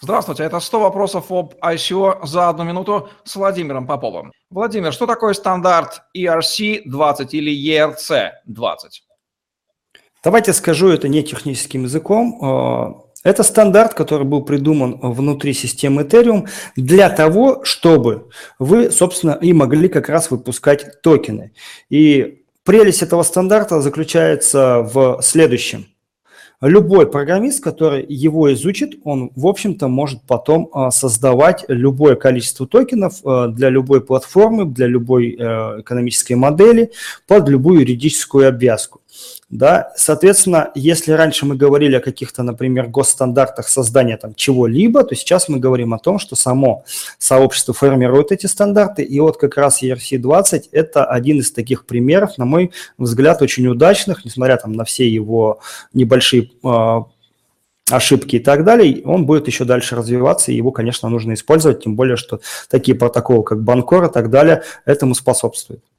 Здравствуйте, это 100 вопросов об ICO за 1 минуту с Владимиром Поповым. Владимир, что такое стандарт ERC-20 или ERC-20? Давайте скажу это не техническим языком. Это стандарт, который был придуман внутри системы Ethereum для того, чтобы вы, собственно, и могли как раз выпускать токены. И прелесть этого стандарта заключается в следующем. Любой программист, который его изучит, он, в общем-то, может потом создавать любое количество токенов для любой платформы, для любой экономической модели, под любую юридическую обвязку. Да? Соответственно, если раньше мы говорили о каких-то, например, госстандартах создания там чего-либо, то сейчас мы говорим о том, что само сообщество формирует эти стандарты, и вот как раз ERC-20 – это один из таких примеров, на мой взгляд, очень удачных, несмотря там на все его небольшие ошибки и так далее, он будет еще дальше развиваться, и его, конечно, нужно использовать, тем более, что такие протоколы, как Банкор и так далее, этому способствуют.